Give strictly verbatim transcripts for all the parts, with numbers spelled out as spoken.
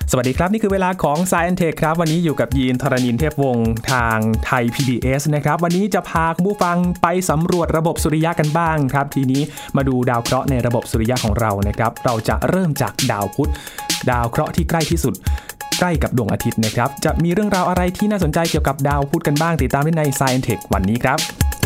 สวัสดีครับนี่คือเวลาของ Science Tech ครับวันนี้อยู่กับยีนธรณินทร์เทพวงศ์ทางไทย พี บี เอส นะครับวันนี้จะพาคุณผู้ฟังไปสำรวจระบบสุริยะกันบ้างครับทีนี้มาดูดาวเคราะห์ในระบบสุริยะของเรานะครับเราจะเริ่มจากดาวพุธดาวเคราะห์ที่ใกล้ที่สุดใกล้กับดวงอาทิตย์นะครับจะมีเรื่องราวอะไรที่น่าสนใจเกี่ยวกับดาวพุธกันบ้างติดตามได้ใน Science Tech วันนี้ครับ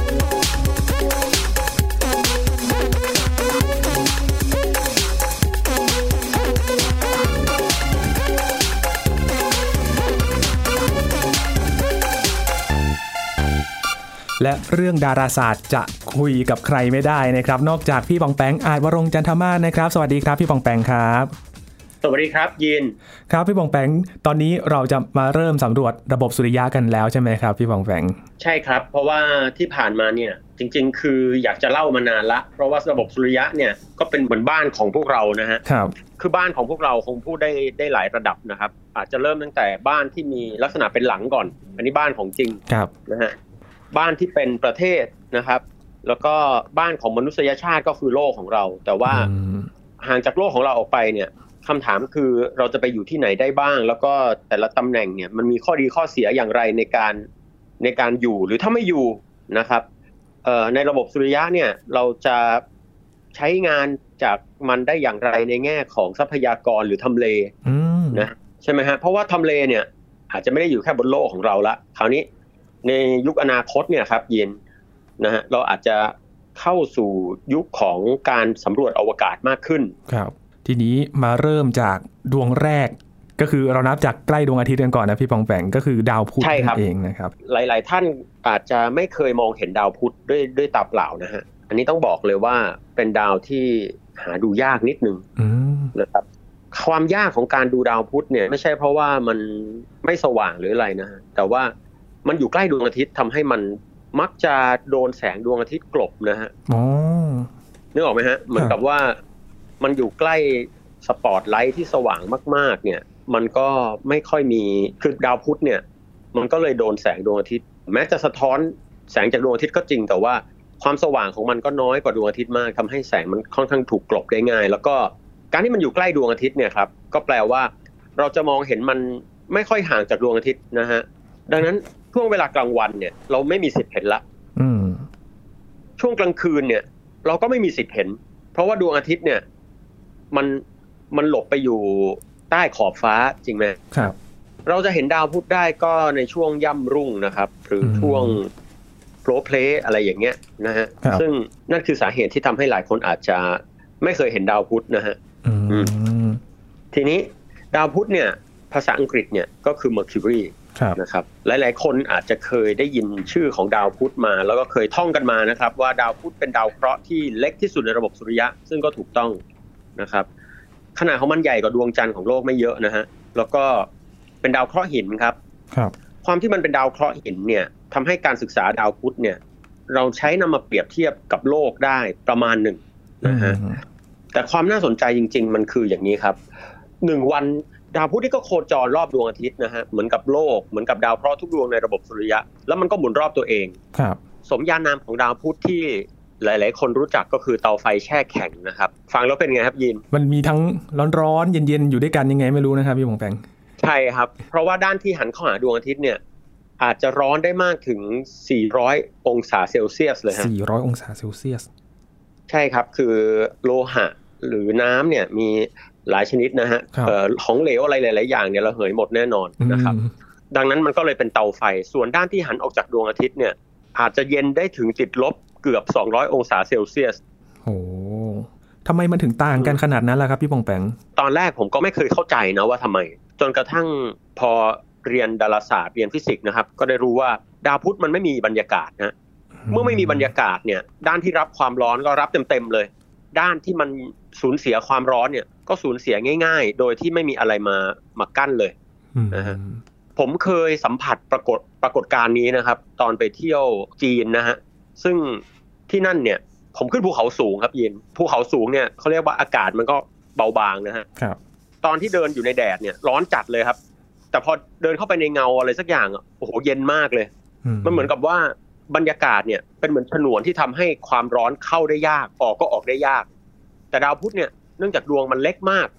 และเรื่องดาราศาสตร์จะคุยกับใครไม่ได้นะครับนอกจากพี่ปองแปงอาจวรงค์จันทมาศนะครับสวัสดีครับพี่ปองแปงครับสวัสดีครับยินครับพี่ปองแปงตอนนี้เราจะมาเริ่มสำรวจระบบสุริยะกันแล้วใช่ไหมครับพี่ปองแปงใช่ครับเพราะว่าที่ผ่านมาเนี่ยจริงๆคืออยากจะเล่ามานานละเพราะว่าระบบสุริยะเนี่ยก็เป็นเหมือนบ้านของพวกเรานะฮะครับคือบ้านของพวกเราคงพูดได้ได้หลายระดับนะครับอาจจะเริ่มตั้งแต่บ้านที่มีลักษณะเป็นหลังก่อนอันนี้บ้านของจริงนะฮะบ้านที่เป็นประเทศนะครับแล้วก็บ้านของมนุษยชาติก็คือโลกของเราแต่ว่าห่างจากโลกของเราออกไปเนี่ยคำถามคือเราจะไปอยู่ที่ไหนได้บ้างแล้วก็แต่ละตำแหน่งเนี่ยมันมีข้อดีข้อเสียอย่างไรในการในการอยู่หรือถ้าไม่อยู่นะครับเอ่อในระบบสุริยะเนี่ยเราจะใช้งานจากมันได้อย่างไรในแง่ของทรัพยากรหรือทำเลนะใช่ไหมฮะเพราะว่าทำเลเนี่ยอาจจะไม่ได้อยู่แค่บนโลกของเราละคราวนี้ในยุคอนาคตเนี่ยครับยินนะฮะเราอาจจะเข้าสู่ยุคของการสำรวจอวกาศมากขึ้นครับทีนี้มาเริ่มจากดวงแรกก็คือเรานับจากใกล้ดวงอาทิตย์กันก่อนนะพี่ปองแปงก็คือดาวพุธนั่นเองนะครับหลายๆท่านอาจจะไม่เคยมองเห็นดาวพุธด้วยด้วยตาเปล่านะฮะอันนี้ต้องบอกเลยว่าเป็นดาวที่หาดูยากนิดนึงนะครับความยากของการดูดาวพุธเนี่ยไม่ใช่เพราะว่ามันไม่สว่างหรืออะไรนะฮะแต่ว่ามันอยู่ใกล้ดวงอาทิตย์ทำให้มันมักจะโดนแสงดวงอาทิตย์กลบนะฮะอ๋อนึกออกไหมฮะเหมือนกับว่ามันอยู่ใกล้สปอตไลท์ที่สว่างมากๆเนี่ยมันก็ไม่ค่อยมีคือดาวพุธเนี่ยมันก็เลยโดนแสงดวงอาทิตย์แม้จะสะท้อนแสงจากดวงอาทิตย์ก็จริงแต่ว่าความสว่างของมันก็น้อยกว่าดวงอาทิตย์มากทำให้แสงมันค่อนข้างถูกกลบได้ง่ายแล้วก็การที่มันอยู่ใกล้ดวงอาทิตย์เนี่ยครับก็แปลว่าเราจะมองเห็นมันไม่ค่อยห่างจากดวงอาทิตย์นะฮะดังนั้นช่วงเวลากลางวันเนี่ยเราไม่มีสิทธิ์เห็นละช่วงกลางคืนเนี่ยเราก็ไม่มีสิทธิ์เห็นเพราะว่าดวงอาทิตย์เนี่ยมันมันหลบไปอยู่ใต้ขอบฟ้าจริงไหมครับเราจะเห็นดาวพุธได้ก็ในช่วงย่ำรุ่งนะครับหรือช่วงโผล่เพลอะไรอย่างเงี้ยนะฮะซึ่งนั่นคือสาเหตุที่ทำให้หลายคนอาจจะไม่เคยเห็นดาวพุธนะฮะทีนี้ดาวพุธเนี่ยภาษาอังกฤษเนี่ยก็คือ Mercuryนะครับหลายๆคนอาจจะเคยได้ยินชื่อของดาวพุธมาแล้วก็เคยท่องกันมานะครับว่าดาวพุธเป็นดาวเคราะห์ที่เล็กที่สุดในระบบสุริยะซึ่งก็ถูกต้องนะครับขนาดของมันใหญ่กว่าดวงจันทร์ของโลกไม่เยอะนะฮะแล้วก็เป็นดาวเคราะห์หินครับครับความที่มันเป็นดาวเคราะห์หินเนี่ยทำให้การศึกษาดาวพุธเนี่ยเราใช้นำมาเปรียบเทียบกับโลกได้ประมาณหนึ่งนะฮะแต่ความน่าสนใจจริงๆมันคืออย่างนี้ครับหนึ่งวันดาวพุธนี่ก็โคจรรอบดวงอาทิตย์นะฮะเหมือนกับโลกเหมือนกับดาวเคราะห์ทุกดวงในระบบสุริยะแล้วมันก็หมุนรอบตัวเองครับสมญานามของดาวพุธที่หลายๆคนรู้จักก็คือเตาไฟแช่แข็งนะครับฟังแล้วเป็นไงครับยินมันมีทั้งร้อนๆเย็นๆอยู่ด้วยกันยังไงไม่รู้นะครับพี่ปองแปงใช่ครับเพราะว่าด้านที่หันเข้าหาดวงอาทิตย์เนี่ยอาจจะร้อนได้มากถึงสี่ร้อยองศาเซลเซียสเลยฮะสี่ร้อยองศาเซลเซียสใช่ครับคือโลหะหรือน้ำเนี่ยมีหลายชนิดนะฮะเอ่อของเหลวอะไรหลายๆอย่างเนี่ยระเหยหมดแน่นอนนะครับดังนั้นมันก็เลยเป็นเตาไฟส่วนด้านที่หันออกจากดวงอาทิตย์เนี่ยอาจจะเย็นได้ถึงติดลบเกือบสองร้อยองศาเซลเซียสโอ้ทำไมมันถึงต่างกันขนาดนั้นล่ะครับพี่ปองแปงตอนแรกผมก็ไม่เคยเข้าใจนะว่าทำไมจนกระทั่งพอเรียนดาราศาสตร์เรียนฟิสิกส์นะครับก็ได้รู้ว่าดาวพุธมันไม่มีบรรยากาศนะเมื่อไม่มีบรรยากาศเนี่ยด้านที่รับความร้อนก็รับเต็มๆเลยด้านที่มันสูญเสียความร้อนเนี่ยก็สูญเสียง่ายๆโดยที่ไม่มีอะไรมามากั้นเลยนะฮะผมเคยสัมผัสปรากฏปรากฏการณ์นี้นะครับตอนไปเที่ยวจีนนะฮะซึ่งที่นั่นเนี่ยผมขึ้นภูเขาสูงครับยินภูเขาสูงเนี่ยเขาเรียกว่าอากาศมันก็เบาบางนะฮะตอนที่เดินอยู่ในแดดเนี่ยร้อนจัดเลยครับแต่พอเดินเข้าไปในเงาอะไรสักอย่างอ่ะโอ้โหเย็นมากเลยมันเหมือนกับว่าบรรยากาศเนี่ยเป็นเหมือนฉนวนที่ทำให้ความร้อนเข้าได้ยากออกก็ออกได้ยากแต่ดาวพุธเนี่ยเนื่องจากดวงมันเล็กมากไป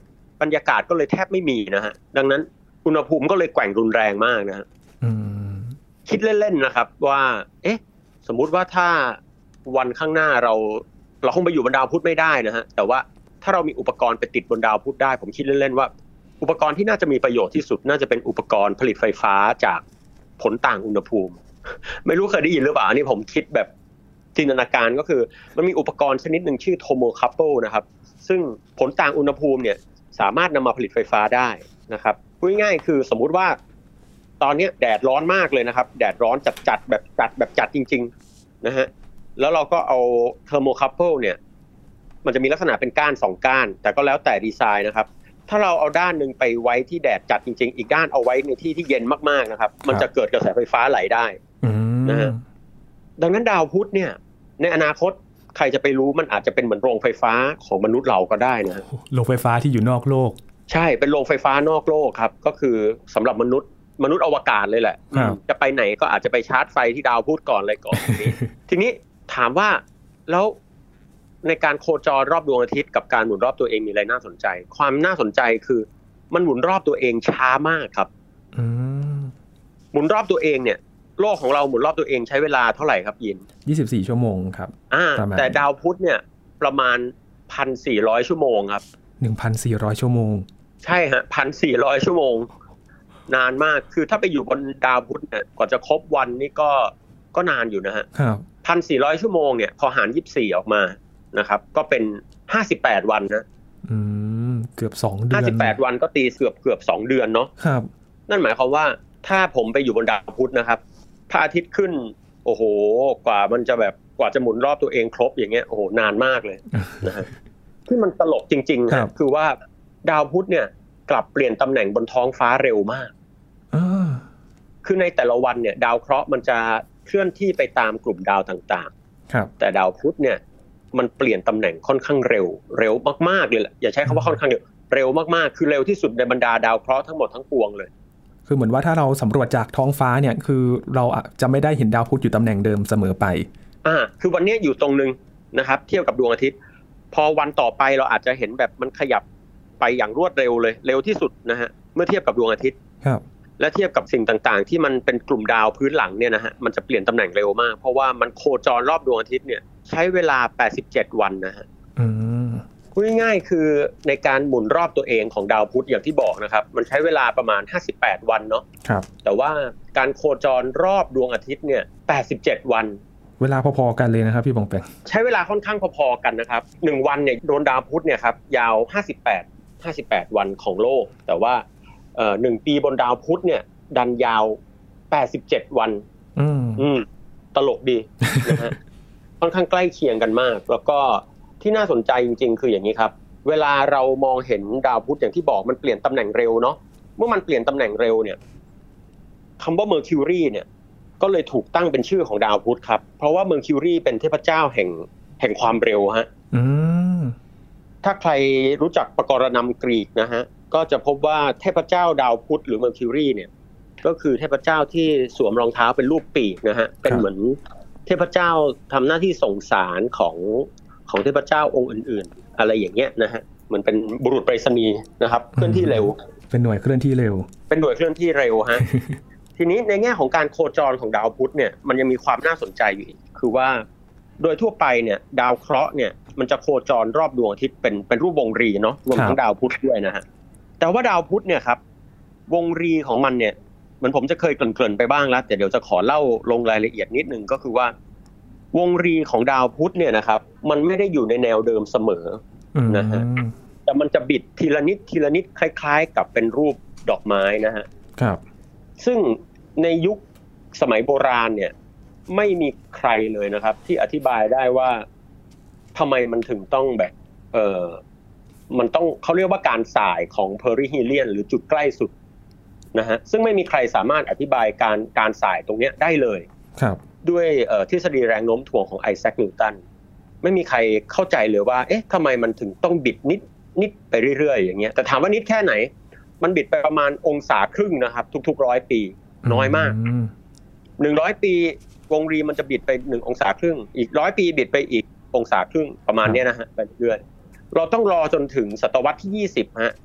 บรรยากาศก็เลยแทบไม่มีนะฮะดังนั้นอุณหภูมิก็เลยแกว่งรุนแรงมากนะฮะคิดเล่นๆนะครับว่าเอ๊ะสมมุติว่าถ้าวันข้างหน้าเราเราคงไปอยู่บนดาวพุธไม่ได้นะฮะแต่ว่าถ้าเรามีอุปกรณ์ไปติดบนดาวพุธได้ผมคิดเล่นๆว่าอุปกรณ์ที่น่าจะมีประโยชน์ที่สุดน่าจะเป็นอุปกรณ์ผลิตไฟฟ้าจากผลต่างอุณหภูมิไม่รู้เคยได้ยินหรือเปล่าอันนี้ผมคิดแบบจินตนาการก็คือมันมีอุปกรณ์ชนิดหนึ่งชื่อโทโมคัพเปิลนะครับซึ่งผลต่างอุณหภูมิเนี่ยสามารถนำมาผลิตไฟฟ้าได้นะครับพูดง่ายๆคือสมมุติว่าตอนนี้แดดร้อนมากเลยนะครับแดดร้อนจัดๆแบบจัดแบบจัดจริงๆนะฮะแล้วเราก็เอาเทอร์โมคัพเปิลเนี่ยมันจะมีลักษณะเป็นก้านสองก้านแต่ก็แล้วแต่ดีไซน์นะครับถ้าเราเอาด้านนึงไปไว้ที่แดดจัดจริงๆอีกด้านเอาไว้ในที่ที่เย็นมากๆนะครับมันจะเกิดกระแสไฟฟ้าไหลได้นะฮะดังนั้นดาวพุธเนี่ยในอนาคตใครจะไปรู้มันอาจจะเป็นเหมือนโรงไฟฟ้าของมนุษย์เราก็ได้นะโรงไฟฟ้าที่อยู่นอกโลกใช่เป็นโรงไฟฟ้านอกโลกครับก็คือสำหรับมนุษย์มนุษย์อวกาศเลยแหละจะไปไหนก็อาจจะไปชาร์จไฟที่ดาวพุธก่อนเลยก่อน ทีนี้ถามว่าแล้วในการโคจรรอบดวงอาทิตย์กับการหมุนรอบตัวเองมีอะไรน่าสนใจความน่าสนใจคือมันหมุนรอบตัวเองช้ามากครับหมุนรอบตัวเองเนี่ยโลกของเราหมุนรอบตัวเองใช้เวลาเท่าไหร่ครับยินยี่สิบสี่ชั่วโมงครับอ่าแต่ดาวพุธเนี่ยประมาณ หนึ่งพันสี่ร้อย ชั่วโมงครับหนึ่งพันสี่ร้อย ชั่วโมงใช่ฮะ หนึ่งพันสี่ร้อย ชั่วโมงนานมากคือถ้าไปอยู่บนดาวพุธเนี่ยกว่าจะครบวันนี่ก็ก็นานอยู่นะฮะครับหนึ่งพันสี่ร้อย ชั่วโมงเนี่ยพอหารยี่สิบสี่ออกมานะครับก็เป็นห้าสิบแปดวันนะอืมเกือบสองเดือนห้าสิบแปดวันก็ตีเกือบเกือบสองเดือนเนาะครับนั่นหมายความว่าถ้าผมไปอยู่บนดาวพุธนะครับพระอาทิตย์ขึ้นโอ้โหกว่ามันจะแบบกว่าจะหมุนรอบตัวเองครบอย่างเงี้ยโอ้โหนานมากเลยนะฮะที่มันตลกจริงๆครับคือว่าดาวพุธเนี่ยกลับเปลี่ยนตำแหน่งบนท้องฟ้าเร็วมากคือในแต่ละวันเนี่ยดาวเคราะห์มันจะเคลื่อนที่ไปตามกลุ่มดาวต่างๆครับแต่ดาวพุธเนี่ยมันเปลี่ยนตำแหน่งค่อนข้างเร็วเร็วมากๆเลยแหละอย่าใช้คำว่าค่อนข้างเร็วเร็วมากๆคือเร็วที่สุดในบรรดาดาวเคราะห์ทั้งหมดทั้งปวงเลยคือเหมือนว่าถ้าเราสำรวจจากท้องฟ้าเนี่ยคือเราจะไม่ได้เห็นดาวพุธอยู่ตำแหน่งเดิมเสมอไปอ่าคือวันนี้อยู่ตรงนึงนะครับเทียบกับดวงอาทิตย์พอวันต่อไปเราอาจจะเห็นแบบมันขยับไปอย่างรวดเร็วเลยเร็วที่สุดนะฮะเมื่อเทียบกับดวงอาทิตย์ครับและเทียบกับสิ่งต่างๆที่มันเป็นกลุ่มดาวพื้นหลังเนี่ยนะฮะมันจะเปลี่ยนตำแหน่งเร็วมากเพราะว่ามันโคจรรอบดวงอาทิตย์เนี่ยใช้เวลาแปดสิบเจ็ดวันนะฮะอืมพูดง่ายๆคือในการหมุนรอบตัวเองของดาวพุธอย่างที่บอกนะครับมันใช้เวลาประมาณห้าสิบแปดวันเนาะครับแต่ว่าการโคจรรอบดวงอาทิตย์เนี่ยแปดสิบเจ็ดวันเวลาพอๆกันเลยนะครับพี่บงแปงใช้เวลาค่อนข้างพอๆกันนะครับหนึ่งวันเนี่ยโดนดาวพุธเนี่ยครับยาวห้าสิบแปด ห้าสิบแปดวันของโลกแต่ว่าเอ่อหนึ่งปีบนดาวพุธเนี่ยดันยาวแปดสิบเจ็ดวันอืมอืมตลกดีนะฮะ ค่อนข้างใกล้เคียงกันมากแล้วก็ที่น่าสนใจจริงๆคืออย่างนี้ครับเวลาเรามองเห็นดาวพุธอย่างที่บอกมันเปลี่ยนตำแหน่งเร็วเนาะเมื่อมันเปลี่ยนตำแหน่งเร็วเนี่ยคำว่า Mercury เนี่ยก็เลยถูกตั้งเป็นชื่อของดาวพุธครับเพราะว่า Mercury เป็นเทพเจ้าแห่งแห่งความเร็วฮะอืมถ้าใครรู้จักปกรณำกรีกนะฮะก็จะพบว่าเทพเจ้าดาวพุธหรือ Mercury เนี่ยก็คือเทพเจ้าที่สวมรองเท้าเป็นรูปปีกนะฮะเป็นเหมือนเทพเจ้าทำหน้าที่ส่งสารของของเทพเจ้าองค์อื่นๆอะไรอย่างเงี้ยนะฮะเหมือนเป็นบุรุษไปรษณีย์นะครับเคลื่อนที่เร็วเป็นหน่วยเคลื่อนที่เร็วเป็นหน่วยเคลื่อนที่เร็วฮะ ทีนี้ในแง่ของการโคจรของดาวพุธเนี่ยมันยังมีความน่าสนใจอยู่อีกคือว่าโดยทั่วไปเนี่ยดาวเคราะห์เนี่ยมันจะโคจรรอบดวงอาทิตย์เป็นเป็นรูปวงรีเนาะรวมทั้งดาวพุธด้วยนะฮะแต่ว่าดาวพุธเนี่ยครับวงรีของมันเนี่ยเหมือนผมจะเคยเกริ่นๆไปบ้างแล้วแต่เดี๋ยวจะขอเล่าลงรายละเอียดนิดนึงก็คือว่าวงรีของดาวพุธเนี่ยนะครับมันไม่ได้อยู่ในแนวเดิมเสมอนะฮะแต่มันจะบิดทีละนิดทีละนิดคล้ายๆกับเป็นรูปดอกไม้นะฮะครับซึ่งในยุคสมัยโบราณเนี่ยไม่มีใครเลยนะครับที่อธิบายได้ว่าทำไมมันถึงต้องแบบเออมันต้องเขาเรียกว่าการส่ายของเพอริฮีเลียนหรือจุดใกล้สุดนะฮะซึ่งไม่มีใครสามารถอธิบายการการส่ายตรงนี้ได้เลยครับด้วยทฤษฎีแรงโน้มถ่วงของไอแซคนิวตันไม่มีใครเข้าใจเลยว่าเอ๊ะทำไมมันถึงต้องบิดนิดนิดไปเรื่อยๆอย่างเงี้ยแต่ถามว่านิดแค่ไหนมันบิดไปประมาณองศาครึ่งนะครับทุกๆร้อยปีน้อยมากหนึ่งร้อยปีวงรีมันจะบิดไปหนึ่งองศาครึ่งอีกร้อยปีบิดไปอีกองศาครึ่งประมาณนี้นะฮะไปเรื่อยๆเราต้องรอจนถึงศตวรรษที่ยี่สิบฮะ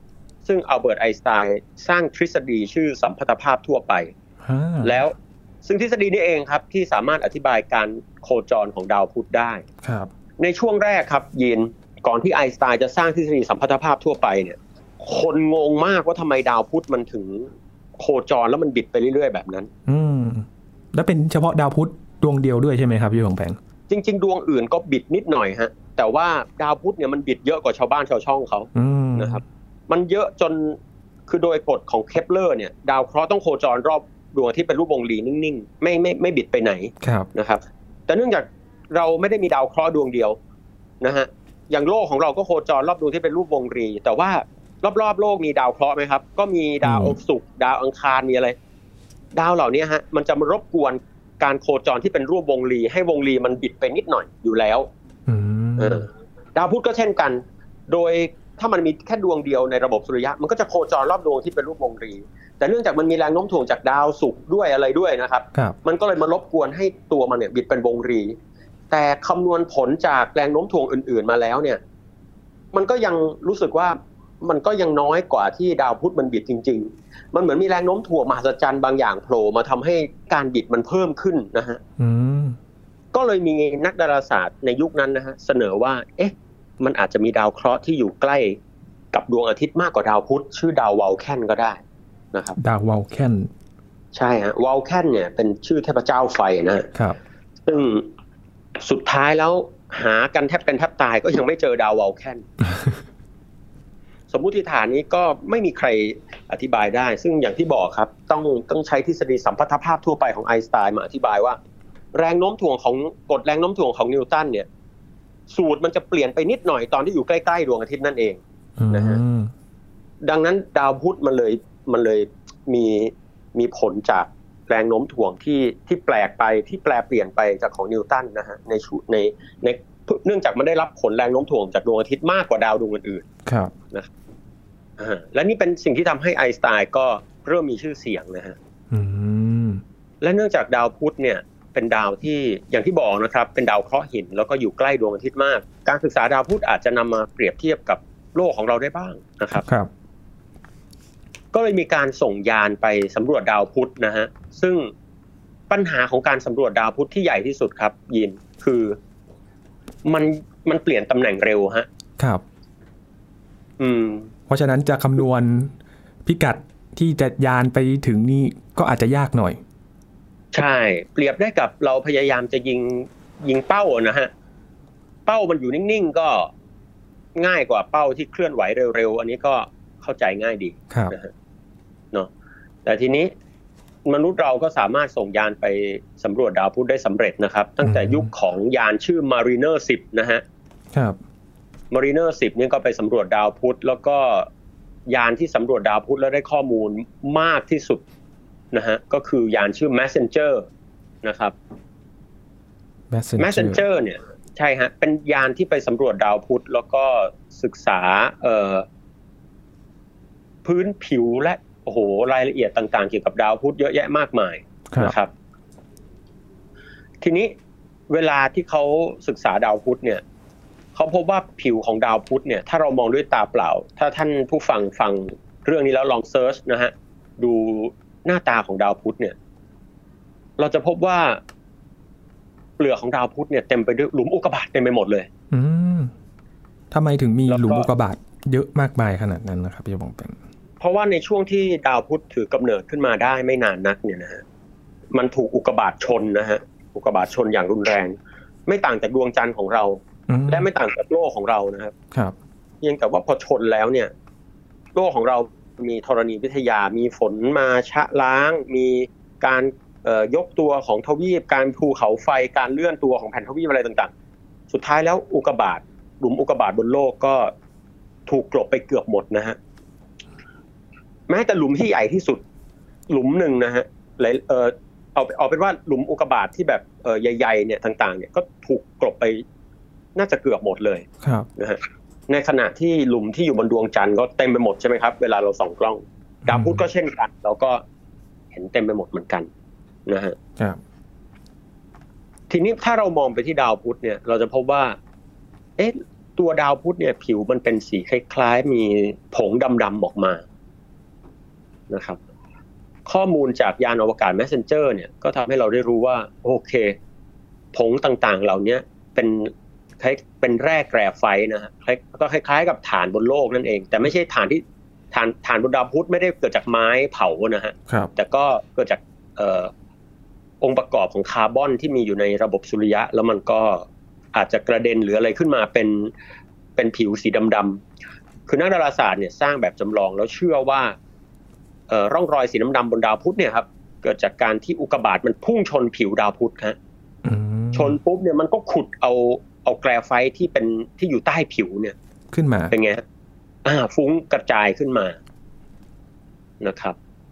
ซึ่งอัลเบิร์ตไอน์สไตน์สร้างทฤษฎีชื่อสัมพัทธภาพทั่วไปแล้วซึ่งทฤษฎีนี้เองครับที่สามารถอธิบายการโคจรของดาวพุธได้ครับในช่วงแรกครับยินก่อนที่ไอน์สไตน์จะสร้างทฤษฎีสัมพัทธภาพทั่วไปเนี่ยคนงงมากว่าทำไมดาวพุธมันถึงโคจรแล้วมันบิดไปเรื่อยๆแบบนั้นอืมแล้วเป็นเฉพาะดาวพุธดวงเดียวด้วยใช่ไหมครับพี่หงแผงจริงๆดวงอื่นก็บิดนิดหน่อยฮะแต่ว่าดาวพุธเนี่ยมันบิดเยอะกว่าชาวบ้านชาวช่องเขานะครับมันเยอะจนคือโดยกฎของเคปเลอร์เนี่ยดาวเคราะห์ต้องโคจรรอบดวงอาทิตย์เป็นรูปวงรีนิ่งๆไม่ไม่ไม่บิดไปไหนนะครับแต่เนื่องจากเราไม่ได้มีดาวเคราะห์ดวงเดียวนะฮะอย่างโลกของเราก็โคจรรอบดวงที่เป็นรูปวงรีแต่ว่ารอบๆโลกมีดาวเคราะห์ไหมครับก็มีดาวศุกร์ดาวอังคารมีอะไรดาวเหล่านี้ฮะมันจะมารบกวนการโคจรที่เป็นรูปวงรีให้วงรีมันบิดไปนิดหน่อยอยู่แล้วดาวพุธก็เช่นกันโดยถ้ามันมีแค่ดวงเดียวในระบบสุริยะมันก็จะโคจรรอบดวงที่เป็นรูปวงรีแต่เนื่องจากมันมีแรงโน้มถ่วงจากดาวศุกร์ด้วยอะไรด้วยนะครับมันก็เลยมารบกวนให้ตัวมันเนี่ยบิดเป็นวงรีแต่คำนวณผลจากแรงโน้มถ่วงอื่นๆมาแล้วเนี่ยมันก็ยังรู้สึกว่ามันก็ยังน้อยกว่าที่ดาวพุธมันบิดจริงๆมันเหมือนมีแรงโน้มถ่วงมหัศจรรย์บางอย่างโผล่มาทำให้การบิดมันเพิ่มขึ้นนะฮะก็เลยมีนักดาราศาสตร์ในยุคนั้นนะฮะเสนอว่าเอ๊ะมันอาจจะมีดาวเคราะห์ที่อยู่ใกล้กับดวงอาทิตย์มากกว่าดาวพุธชื่อดาววอลแคนก็ได้นะครับดาววอลแคนใช่ฮะวอลแคนเนี่ยเป็นชื่อเทพเจ้าไฟนะครับซึ่งสุดท้ายแล้วหากันแทบเป็นแทบตายก็ยังไม่เจอดาววอลแคนสมมุติฐานนี้ก็ไม่มีใครอธิบายได้ซึ่งอย่างที่บอกครับต้องต้องใช้ทฤษฎีสัมพัทธภาพทั่วไปของไอน์สไตน์มาอธิบายว่าแรงโน้มถ่วงของกฎแรงโน้มถ่วงของนิวตันเนี่ยสูตรมันจะเปลี่ยนไปนิดหน่อยตอนที่อยู่ใกล้ๆดวงอาทิตย์นั่นเองนะฮะดังนั้นดาวพุธมันเลยมันเลยมีมีผลจากแรงโน้มถ่วงที่ที่แปลกไปที่แปลเปลี่ยนไปจากของนิวตันนะฮะในในในเนื่องจากมันได้รับผลแรงโน้มถ่วงจากดวงอาทิตย์มากกว่าดาวดวงอื่นๆครับนะอ่าและนี่เป็นสิ่งที่ทำให้ไอน์สไตน์ก็เริ่มมีชื่อเสียงนะฮะอืมและเนื่องจากดาวพุธเนี่ยเป็นดาวที่อย่างที่บอกนะครับเป็นดาวเคราะห์หินแล้วก็อยู่ใกล้ดวงอาทิตย์มากการศึกษาดาวพุธอาจจะนำมาเปรียบเทียบกับโลกของเราได้บ้างนะครับครับก็เลยมีการส่งยานไปสำรวจดาวพุธนะฮะซึ่งปัญหาของการสำรวจดาวพุธที่ใหญ่ที่สุดครับยินคือมันมันเปลี่ยนตำแหน่งเร็วฮะครับอืมเพราะฉะนั้นจะคำนวณพิกัดที่จะยานไปถึงนี่ก็อาจจะยากหน่อยใช่เปรียบได้กับเราพยายามจะยิงยิงเป้านะฮะเป้ามันอยู่นิ่งๆก็ง่ายกว่าเป้าที่เคลื่อนไหวเร็วๆอันนี้ก็เข้าใจง่ายดีนะฮะเนาะแต่ทีนี้มนุษย์เราก็สามารถส่งยานไปสำรวจดาวพุธได้สำเร็จนะครับตั้งแต่ยุคของยานชื่อ Mariner สิบนะฮะครับ Mariner สิบนี่ก็ไปสำรวจดาวพุธแล้วก็ยานที่สำรวจดาวพุธแล้วได้ข้อมูลมากที่สุดนะฮะก็คือยานชื่อ Messenger นะครับ Messenger, Messenger เนี่ยใช่ฮะเป็นยานที่ไปสำรวจดาวพุธแล้วก็ศึกษาเอ่อพื้นผิวและโอ้โหรายละเอียดต่างๆเกี่ยวกับดาวพุธเยอะแยะมากมายนะครับทีนี้เวลาที่เขาศึกษาดาวพุธเนี่ยเขาพบว่าผิวของดาวพุธเนี่ยถ้าเรามองด้วยตาเปล่าถ้าท่านผู้ฟังฟังเรื่องนี้แล้วลองเซิร์ชนะฮะดูหน้าตาของดาวพุธเนี่ยเราจะพบว่าเปลือกของดาวพุธเนี่ยเต็มไปด้วยหลุมอุกกาบาตเต็มไปหมดเลยอืมทำไมถึงมีหลุมอุกกาบาตเยอะมากมายขนาดนั้นนะครับพี่บงเป็นเพราะว่าในช่วงที่ดาวพุธถือกำเนิดขึ้นมาได้ไม่นานนักเนี่ยนะฮะมันถูกอุกกาบาตชนนะฮะอุกกาบาตชนอย่างรุนแรงไม่ต่างจากดวงจันทร์ของเราและไม่ต่างจากโลกของเรานะครับครับเพียงแต่ว่าพอชนแล้วเนี่ยโลกของเรามีธรณีวิทยามีฝนมาชะล้างมีการเอ่อยกตัวของทวีปการภูเขาไฟการเลื่อนตัวของแผ่นทวีปอะไรต่างๆสุดท้ายแล้วอุกกาบาตหลุมอุกกาบาตบนโลกก็ถูกกลบไปเกือบหมดนะฮะแม้แต่หลุมที่ใหญ่ที่สุดหลุมหนึ่งนะฮะเอ่อเอาเอาเป็นว่าหลุมอุกกาบาตที่แบบเอ่อใหญ่ๆเนี่ยต่างๆเนี่ยก็ถูกกลบไปน่าจะเกือบหมดเลยนะฮะในขณะที่หลุมที่อยู่บนดวงจันทร์ก็เต็มไปหมดใช่ไหมครับเวลาเราส่องกล้องดาวพุธก็เช่นกันเราก็เห็นเต็มไปหมดเหมือนกันนะฮะทีนี้ถ้าเรามองไปที่ดาวพุธเนี่ยเราจะพบว่าเอ๊ะตัวดาวพุธเนี่ยผิวมันเป็นสีคล้ายๆมีผงดำๆออกมานะครับข้อมูลจากยานอวกาศ Messenger เนี่ยก็ทำให้เราได้รู้ว่าโอเคผงต่างๆเหล่านี้เป็นคล้ายเป็นแร่แกรไฟต์นะฮะก็คล้ายๆกับถ่านบนโลกนั่นเองแต่ไม่ใช่ถ่านที่ถ่านถ่านบนดาวพุธไม่ได้เกิดจากไม้เผานะฮะแต่ก็เกิดจากเอ่อองค์ประกอบของคาร์บอนที่มีอยู่ในระบบสุริยะแล้วมันก็อาจจะกระเด็นหรืออะไรขึ้นมาเป็นเป็นผิวสีดำๆคือนักดาราศาสตร์เนี่ยสร้างแบบจำลองแล้วเชื่อว่าเอ่อร่องรอยสีดำๆบนดาวพุธเนี่ยครับเกิดจากการที่อุกกาบาตมันพุ่งชนผิวดาวพุธฮะชนปุ๊บเนี่ยมันก็ขุดเอาเอาแกรไฟต์ที่เป็นที่อยู่ใต้ผิวเนี่ยขึ้นมาเป็นไงอ่าฟุ้งกระจายขึ้นมานะครับ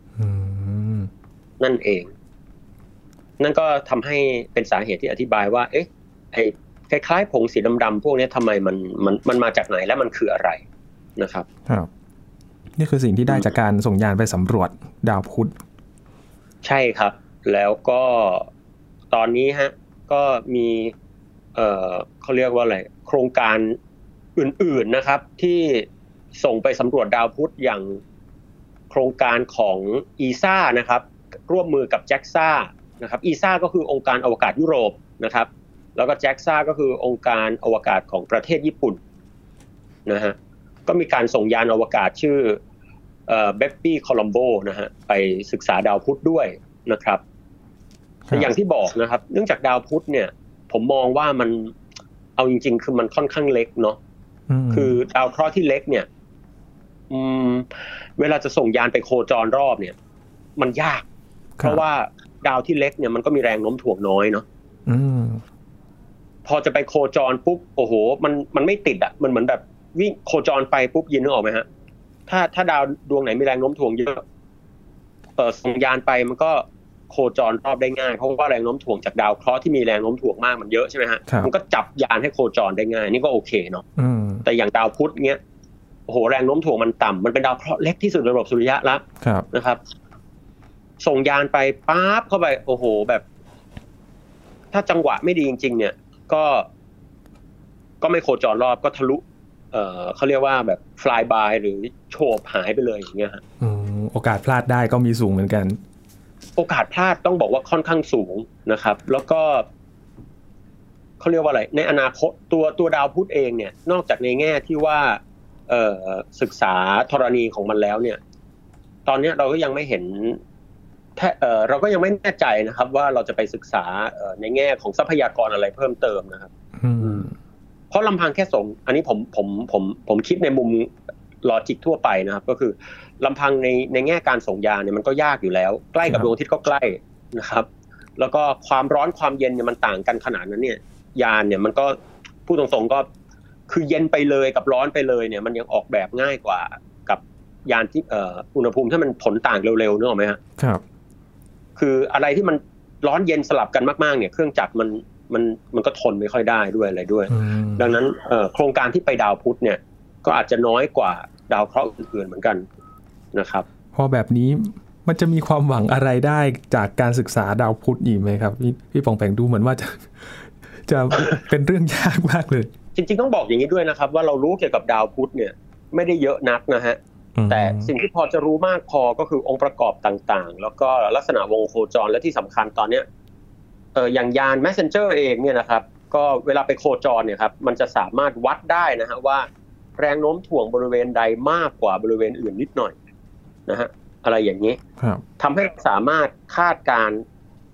นั่นเองนั่นก็ทำให้เป็นสาเหตุที่อธิบายว่าเอ๊ะไอ้คล้ายๆผงสีดำๆพวกนี้ทำไมมันมันมันมาจากไหนและมันคืออะไรนะครับครับนี่คือสิ่งที่ได้จากการส่งยานไปสำรวจดาวพุธใช่ครับแล้วก็ตอนนี้ฮะก็มีเอ่อเขาเรียกว่าอะไรโครงการอื่นๆนะครับที่ส่งไปสำรวจดาวพุธอย่างโครงการของ อี เอส เอ นะครับร่วมมือกับ แจ็กซ่า นะครับ อี เอส เอ ก็คือองค์การอวกาศยุโรปนะครับแล้วก็ แจ็กซ่า ก็คือองค์การอวกาศของประเทศญี่ปุ่นนะฮะก็มีการส่งยานอวกาศชื่อเอ่อเบปปี้โคลัมโบนะฮะไปศึกษาดาวพุธด้วยนะครับแต่อย่างที่บอกนะครับเนื่องจากดาวพุธเนี่ยผมมองว่ามันเอาจริงๆคือมันค่อนข้างเล็กเนาะคือดาวเคราะห์ที่เล็กเนี่ยอืมเวลาจะส่งยานไปโคจรรอบเนี่ยมันยากเพราะว่าดาวที่เล็กเนี่ยมันก็มีแรงโน้มถ่วงน้อยเนาะพอจะไปโคจรปุ๊บโอ้โหมันมันไม่ติดอ่ะมันเหมือนแบบวิ่งโคจรไปปุ๊บยินนึกออกไหมฮะถ้าถ้าดาวดวงไหนมีแรงโน้มถ่วงเยอะเปิดส่งยานไปมันก็โคจรรอบได้ง่ายเพราะว่าแรงโน้มถ่วงจากดาวเคราะห์ที่มีแรงโน้มถ่วงมากมันเยอะใช่ไหมฮะมันก็จับยานให้โคจรได้ง่ายนี่ก็โอเคเนาะแต่อย่างดาวพุธเงี้ยโอ้โหแรงโน้มถ่วงมันต่ำมันเป็นดาวเคราะห์เล็กที่สุดในระบบสุริยะแล้วนะครับส่งยานไปปั๊บเข้าไปโอ้โหแบบถ้าจังหวะไม่ดีจริงๆเนี่ยก็ก็ไม่โคจรรอบก็ทะลุเอ่อเขาเรียกว่าแบบ fly by หรือโฉบหายไปเลยอย่างเงี้ยฮะอืมโอกาสพลาดได้ก็มีสูงเหมือนกันโอกาสพลาดต้องบอกว่าค่อนข้างสูงนะครับแล้วก็เขาเรียกว่าอะไรในอนาคตตัวตัวดาวพุธเองเนี่ยนอกจากในแง่ที่ว่าเอ่อศึกษาธรณีของมันแล้วเนี่ยตอนนี้เราก็ยังไม่เห็นเอ่อเราก็ยังไม่แน่ใจนะครับว่าเราจะไปศึกษาในแง่ของทรัพยากรอะไรเพิ่มเติมนะครับเพราะลำพังแค่ส่งอันนี้ผมผมผมผมคิดในมุมลอจิกทั่วไปนะครับก็คือลำพังในในแง่การส่งยานเนี่ยมันก็ยากอยู่แล้วใกล้กับดวงอาทิตย์ก็ใกล้นะครับแล้วก็ความร้อนความเย็นเนี่ยมันต่างกันขนาดนั้นเนี่ยยานเนี่ยมันก็พูดตรงๆก็คือเย็นไปเลยกับร้อนไปเลยเนี่ยมันยังออกแบบง่ายกว่ากับยานที่เอ่ออุณหภูมิที่มันผลต่างเร็วๆนึกออกไหมฮะครับคืออะไรที่มันร้อนเย็นสลับกันมากๆเนี่ยเครื่องจักรมันมันมันก็ทนไม่ค่อยได้ด้วยอะไรด้วยดังนั้นเอ่อโครงการที่ไปดาวพุธเนี่ยก็อาจจะน้อยกว่าดาวเคราะห์อื่นๆเหมือนกันนะครับพอแบบนี้มันจะมีความหวังอะไรได้จากการศึกษาดาวพุธอีกไหมครับพี่พี่ปองแปงดูเหมือนว่าจะจะเป็นเรื่องยากมากเลยจริงๆต้องบอกอย่างนี้ด้วยนะครับว่าเรารู้เกี่ยวกับดาวพุธเนี่ยไม่ได้เยอะนักนะฮะแต่สิ่งที่พอจะรู้มากพอก็คือองค์ประกอบต่างๆแล้วก็ลักษณะวงโคจรและที่สำคัญตอนเนี้ยเอออย่างยาน Messenger เองเนี่ยนะครับก็เวลาไปโคจรเนี่ยครับมันจะสามารถวัดได้นะฮะว่าแรงโน้มถ่วงบริเวณใดมากกว่าบริเวณอื่นนิดหน่อยนะฮะอะไรอย่างนี้ทำให้สามารถคาดการณ์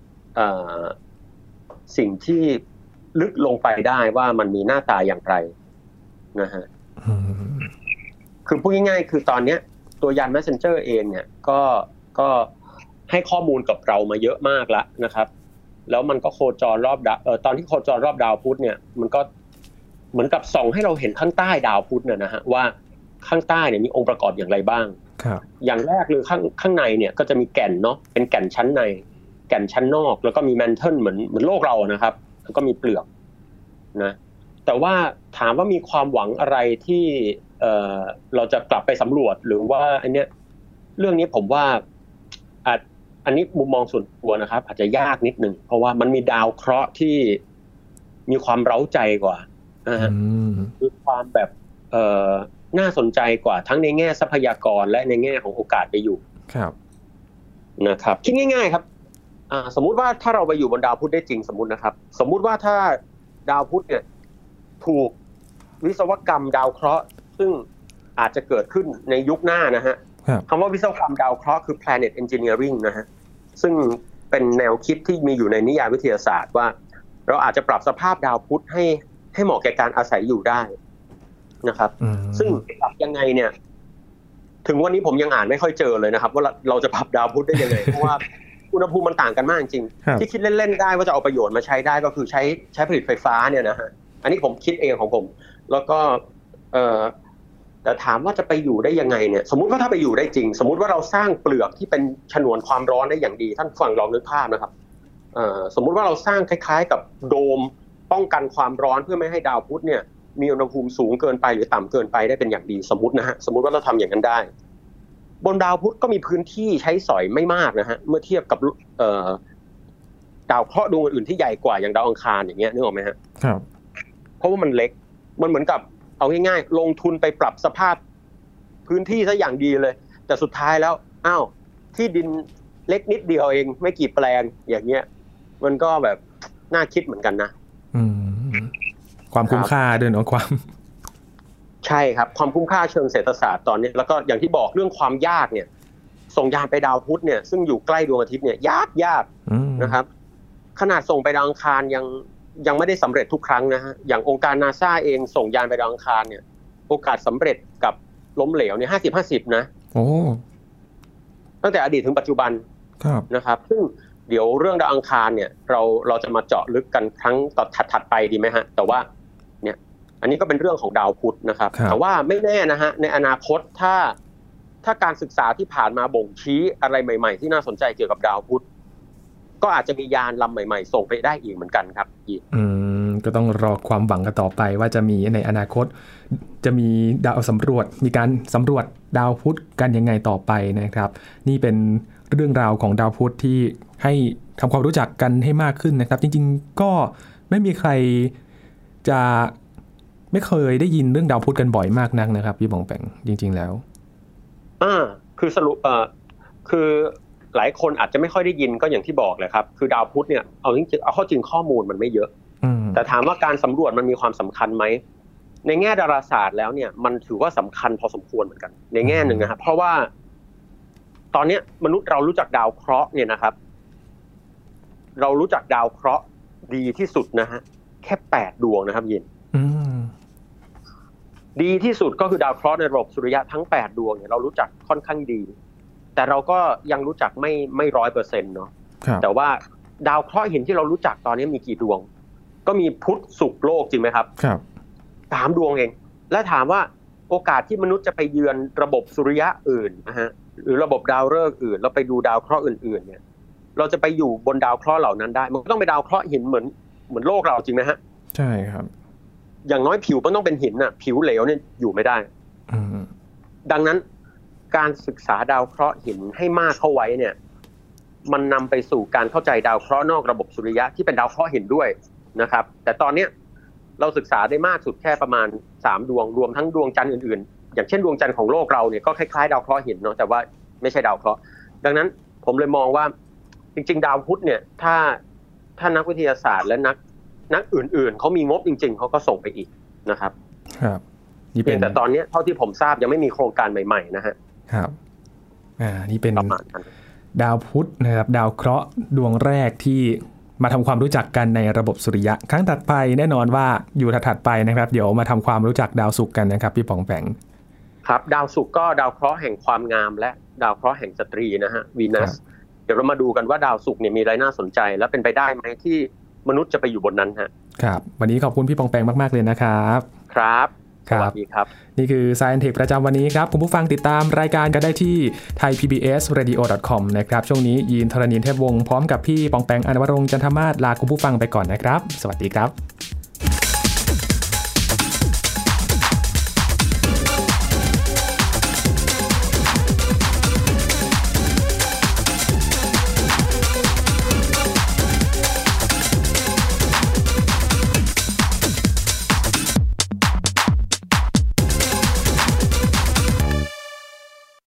สิ่งที่ลึกลงไปได้ว่ามันมีหน้าตาอย่างไรนะฮะคือพูดง่ายๆคือตอนนี้ตัวยาน Messenger เองเนี่ยก็ก็ให้ข้อมูลกับเรามาเยอะมากแล้วนะครับแล้วมันก็โคจรรอบดาวเอ่อตอนที่โคจรรอบดาวพุธเนี่ยมันก็เหมือนกับส่องให้เราเห็นข้างใต้ดาวพุธเนี่ยนะฮะว่าข้างใต้เนี่ยมีองค์ประกอบอย่างไรบ้างอย่างแรกเลยข้างข้างในเนี่ยก็จะมีแก่นเนาะเป็นแก่นชั้นในแก่นชั้นนอกแล้วก็มีแมนเทิลเหมือนเหมือนโลกเรานะครับแล้วก็มีเปลือกนะแต่ว่าถามว่ามีความหวังอะไรที่เอ่อเราจะกลับไปสำรวจหรือว่าอันเนี้ยเรื่องนี้ผมว่าอาจอันนี้มุมมองส่วนตัวนะครับอาจจะยากนิดนึงเพราะว่ามันมีดาวเคราะห์ที่มีความเร้าใจกว่านะฮะมีความแบบเอ่อน่าสนใจกว่าทั้งในแง่ทรัพยากรและในแง่ของโอกาสไปอยู่ครับนะครับคิดง่ายๆครับสมมุติว่าถ้าเราไปอยู่บนดาวพุธได้จริงสมมุตินะครับสมมุติว่าถ้าดาวพุธเนี่ยถูกวิศวกรรมดาวเคราะห์ซึ่งอาจจะเกิดขึ้นในยุคหน้านะฮะคำว่าวิศวกรรมดาวเคราะห์คือ planet engineering นะฮะซึ่งเป็นแนวคิดที่มีอยู่ในนิยายวิทยาศาสตร์ว่าเราอาจจะปรับสภาพดาวพุธให้ให้เหมาะแก่การอาศัยอยู่ได้นะครับซึ่งปรับยังไงเนี่ยถึงวันนี้ผมยังอ่านไม่ค่อยเจอเลยนะครับว่าเราจะปรับดาวพุธได้ยังไงเพราะว่าอุณหภูมิมันต่างกันมากจริงที่คิดเล่นๆได้ว่าจะเอาประโยชน์มาใช้ได้ก็คือใช้ใช้ผลิตไฟฟ้าเนี่ยนะฮะอันนี้ผมคิดเองของผมแล้วก็เอ่อแต่ถามว่าจะไปอยู่ได้ยังไงเนี่ยสมมุติว่าถ้าไปอยู่ได้จริงสมมุติว่าเราสร้างเปลือกที่เป็นฉนวนความร้อนได้อย่างดีท่านฟังลองนึกภาพนะครับเอ่อสมมุติว่าเราสร้างคล้ายๆกับโดมป้องกันความร้อนเพื่อไม่ให้ดาวพุธเนี่ยมีอุณหภูมิสูงเกินไปหรือต่ำเกินไปได้เป็นอย่างดีสมมุตินะฮะสมมุติว่าเราทำอย่างนั้นได้บนดาวพุธก็มีพื้นที่ใช้สอยไม่มากนะฮะเมื่อเทียบกับเอ่อดาวเคราะห์ดวงอื่นที่ใหญ่กว่าอย่างดาวอังคารอย่างเงี้ยนึกออกไหมฮะครับเพราะว่ามันเล็กมันเหมือนกับเอาง่ายๆลงทุนไปปรับสภาพพื้นที่ซะอย่างดีเลยแต่สุดท้ายแล้วอ้าวที่ดินเล็กนิดเดียวเองไม่กี่แปลงอย่างเงี้ยมันก็แบบน่าคิดเหมือนกันนะอืมความคุ้มค่าด้วยเนาะความใช่ครับความคุ้มค่าเชิงเศรษฐศาสตร์ตอนนี้แล้วก็อย่างที่บอกเรื่องความยากเนี่ยส่งยานไปดาวพุธเนี่ยซึ่งอยู่ใกล้ดวงอาทิตย์เนี่ยยากยากนะครับขนาดส่งไปดาวอังคารยังยังไม่ได้สำเร็จทุกครั้งนะฮะอย่างองค์การ NASA เองส่งยานไปดาวอังคารเนี่ยโอกาสสำเร็จกับล้มเหลวเนี่ยห้าสิบ ห้าสิบนะโอ้ตั้งแต่อดีตถึงปัจจุบันนะครับซึ่งเดี๋ยวเรื่องดาวอังคารเนี่ยเราเราจะมาเจาะลึกกันครั้งต่อถัดๆไปดีไหมฮะแต่ว่าเนี่ยอันนี้ก็เป็นเรื่องของดาวพุธนะครับแต่ว่าไม่แน่นะฮะในอนาคตถ้าถ้าการศึกษาที่ผ่านมาบ่งชี้อะไรใหม่ๆที่น่าสนใจเกี่ยวกับดาวพุธก็อาจจะมียานลำใหม่ๆส่งไปได้อีกเหมือนกันครับอืมก็ต้องรอความหวังกันต่อไปว่าจะมีในอนาคตจะมีดาวสำรวจมีการสำรวจดาวพุธกันยังไงต่อไปนะครับนี่เป็นเรื่องราวของดาวพุธที่ให้ทำความรู้จักกันให้มากขึ้นนะครับจริงๆก็ไม่มีใครจะไม่เคยได้ยินเรื่องดาวพุธกันบ่อยมากนักนะครับพี่บองแปงจริงๆแล้วอ่าคือสรุปเอ่อคือหลายคนอาจจะไม่ค่อยได้ยินก็อย่างที่บอกเลยครับคือดาวพุธเนี่ยเอาจริงๆเอาเข้าจริงข้อมูลมันไม่เยอะแต่ถามว่าการสำรวจมันมีความสำคัญไหมในแง่ดาราศาสตร์แล้วเนี่ยมันถือว่าสำคัญพอสมควรเหมือนกันในแง่หนึ่งนะครับเพราะว่าตอนนี้มนุษย์เรารู้จักดาวเคราะห์เนี่ยนะครับเรารู้จักดาวเคราะห์ดีที่สุดนะฮะแค่แปดดวงนะครับยินดีที่สุดก็คือดาวเคราะห์ในระบบสุริยะทั้งแปดดวงเนี่ยเรารู้จักค่อนข้างดีแต่เราก็ยังรู้จักไม่ไม่ร้อยเปอร์เซ็นต์เนาะแต่ว่าดาวเคราะห์หินที่เรารู้จักตอนนี้มีกี่ดวงก็มีพุธศุกร์โลกจริงไหมครับครับสามดวงเองและถามว่าโอกาสที่มนุษย์จะไปเยือนระบบสุริยะอื่นนะฮะหรือระบบดาวฤกษ์อื่นแล้วไปดูดาวเคราะห์อื่นๆเนี่ยเราจะไปอยู่บนดาวเคราะห์เหล่านั้นได้มันก็ต้องเป็นดาวเคราะห์หินเหมือนเหมือนโลกเราจริงไหมฮะใช่ครับอย่างน้อยผิวมันต้องเป็นหินน่ะผิวเหลวเนี่ยอยู่ไม่ได้ดังนั้นการศึกษาดาวเคราะห์หินให้มากเข้าไว้เนี่ยมันนำไปสู่การเข้าใจดาวเคราะห์นอกระบบสุริยะที่เป็นดาวเคราะห์หินด้วยนะครับแต่ตอนนี้เราศึกษาได้มากสุดแค่ประมาณสามดวงรวมทั้งดวงจันทร์อื่นๆอย่างเช่นดวงจันทร์ของโลกเราเนี่ยก็คล้ายๆดาวเคราะห์หินเนาะแต่ว่าไม่ใช่ดาวเคราะห์ดังนั้นผมเลยมองว่าจริงๆดาวพุธเนี่ยถ้าถ้านักวิทยาศาสตร์และนักนักอื่นๆเขามีงบจริงๆเขาก็ส่งไปอีกนะครับครับนี่เป็นแต่ตอนนี้เท่าที่ผมทราบยังไม่มีโครงการใหม่ๆนะฮะครับอ่านี่เป็นดาวพุธนะครับดาวเคราะห์ดวงแรกที่มาทำความรู้จักกันในระบบสุริยะครั้งถัดไปแน่นอนว่าอยู่ถัดๆไปนะครับเดี๋ยวมาทำความรู้จักดาวศุกร์กันนะครับพี่ป๋องแปงครับดาวศุกร์ก็ดาวเคราะห์แห่งความงามและดาวเคราะห์แห่งสตรีนะฮะวีนัสเดี๋ยวเรามาดูกันว่าดาวศุกร์เนี่ยมีอะไรน่าสนใจและเป็นไปได้ไหมที่มนุษย์จะไปอยู่บนนั้นฮะครับวันนี้ขอบคุณพี่ป๋องแปงมากๆเลยนะครับครับสวัสดีครับนี่คือ Science Tech ประจำวันนี้ครับคุณผู้ฟังติดตามรายการกันได้ที่ ไทยพีบีเอสเรดิโอ ดอท คอม นะครับช่วงนี้ยีนธรณินทร์เทพวงศ์พร้อมกับพี่ปองแปง อนุวรงค์จันทมาศลาคุณผู้ฟังไปก่อนนะครับสวัสดีครับ